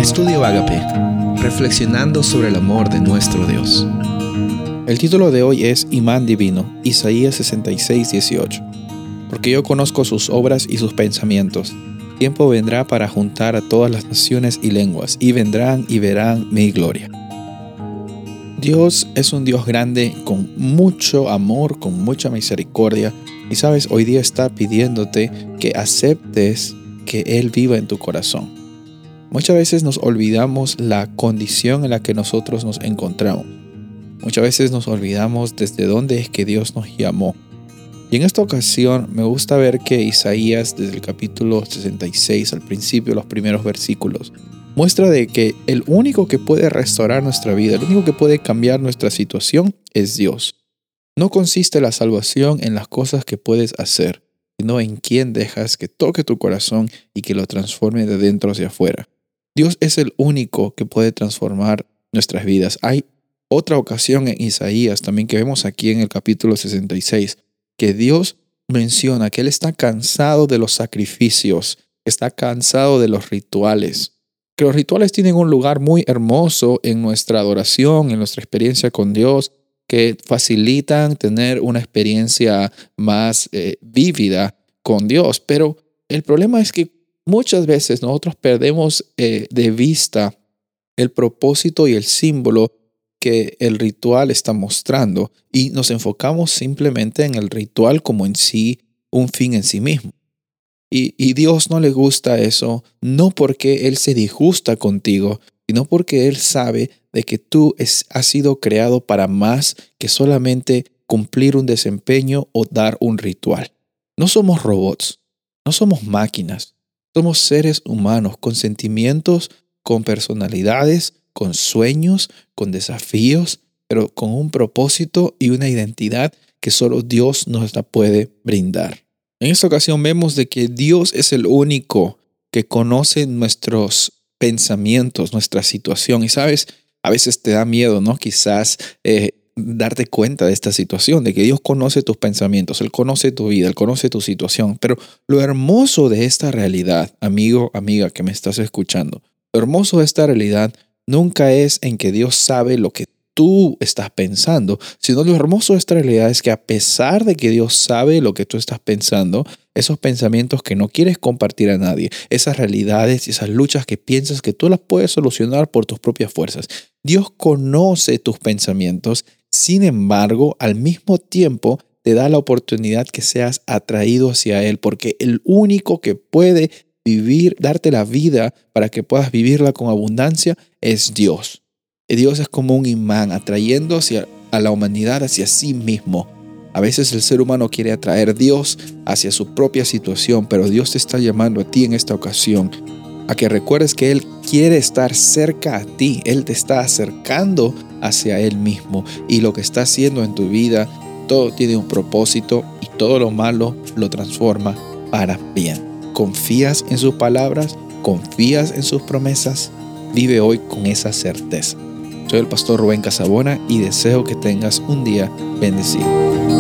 Estudio Ágape, reflexionando sobre el amor de nuestro Dios. El título de hoy es Imán Divino, Isaías 66:18. Porque yo conozco sus obras y sus pensamientos. Tiempo vendrá para juntar a todas las naciones y lenguas, y vendrán y verán mi gloria. Dios es un Dios grande, con mucho amor, con mucha misericordia. Y sabes, hoy día está pidiéndote que aceptes que Él viva en tu corazón. Muchas veces nos olvidamos la condición en la que nosotros nos encontramos. Muchas veces nos olvidamos desde dónde es que Dios nos llamó. Y en esta ocasión me gusta ver que Isaías, desde el capítulo 66, al principio, los primeros versículos, muestra de que el único que puede restaurar nuestra vida, el único que puede cambiar nuestra situación es Dios. No consiste la salvación en las cosas que puedes hacer, sino en quién dejas que toque tu corazón y que lo transforme de dentro hacia afuera. Dios es el único que puede transformar nuestras vidas. Hay otra ocasión en Isaías también que vemos aquí en el capítulo 66, que Dios menciona que Él está cansado de los sacrificios, está cansado de los rituales. Que los rituales tienen un lugar muy hermoso en nuestra adoración, en nuestra experiencia con Dios, que facilitan tener una experiencia más vívida con Dios. Pero el problema es que muchas veces nosotros perdemos de vista el propósito y el símbolo que el ritual está mostrando y nos enfocamos simplemente en el ritual como en sí, un fin en sí mismo. Y Dios no le gusta eso, no porque Él se disgusta contigo, sino porque Él sabe de que tú has sido creado para más que solamente cumplir un desempeño o dar un ritual. No somos robots, no somos máquinas. Somos seres humanos con sentimientos, con personalidades, con sueños, con desafíos, pero con un propósito y una identidad que solo Dios nos la puede brindar. En esta ocasión vemos de que Dios es el único que conoce nuestros pensamientos, nuestra situación. Y sabes, a veces te da miedo, ¿no? Quizás darte cuenta de esta situación, de que Dios conoce tus pensamientos, Él conoce tu vida, Él conoce tu situación. Pero lo hermoso de esta realidad, amigo, amiga que me estás escuchando, lo hermoso de esta realidad nunca es en que Dios sabe lo que tú estás pensando, sino lo hermoso de esta realidad es que a pesar de que Dios sabe lo que tú estás pensando, esos pensamientos que no quieres compartir a nadie, esas realidades y esas luchas que piensas que tú las puedes solucionar por tus propias fuerzas, Dios conoce tus pensamientos. Sin embargo, al mismo tiempo te da la oportunidad que seas atraído hacia Él, porque el único que puede vivir, darte la vida para que puedas vivirla con abundancia es Dios. Y Dios es como un imán atrayendo a la humanidad hacia sí mismo. A veces el ser humano quiere atraer a Dios hacia su propia situación, pero Dios te está llamando a ti en esta ocasión a que recuerdes que Él quiere estar cerca a ti. Él te está acercando hacia Él mismo. Y lo que está haciendo en tu vida, todo tiene un propósito y todo lo malo lo transforma para bien. ¿Confías en sus palabras? ¿Confías en sus promesas? Vive hoy con esa certeza. Soy el pastor Rubén Casabona y deseo que tengas un día bendecido.